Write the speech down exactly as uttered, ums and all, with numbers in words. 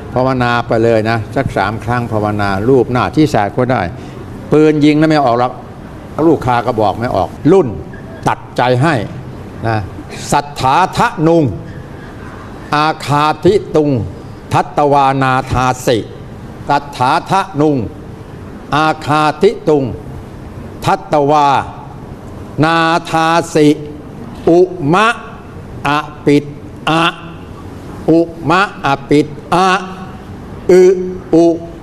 ภาวนาไปเลยนะสักสามครั้งภาวนารูปหน้าที่แสกก็ได้ปืนยิงแล้วไม่ออกหรอกลูกคาก็บอกไม่ออกรุ่นตัดใจให้นะสัทธาทะนุงอาคาธิตุงทัตตวานาทาสิสัทธาทะนุงอาคาธิตุงทัตตวานาทาสิอุมะอปิดอะอุมะอปิดอะอึอุ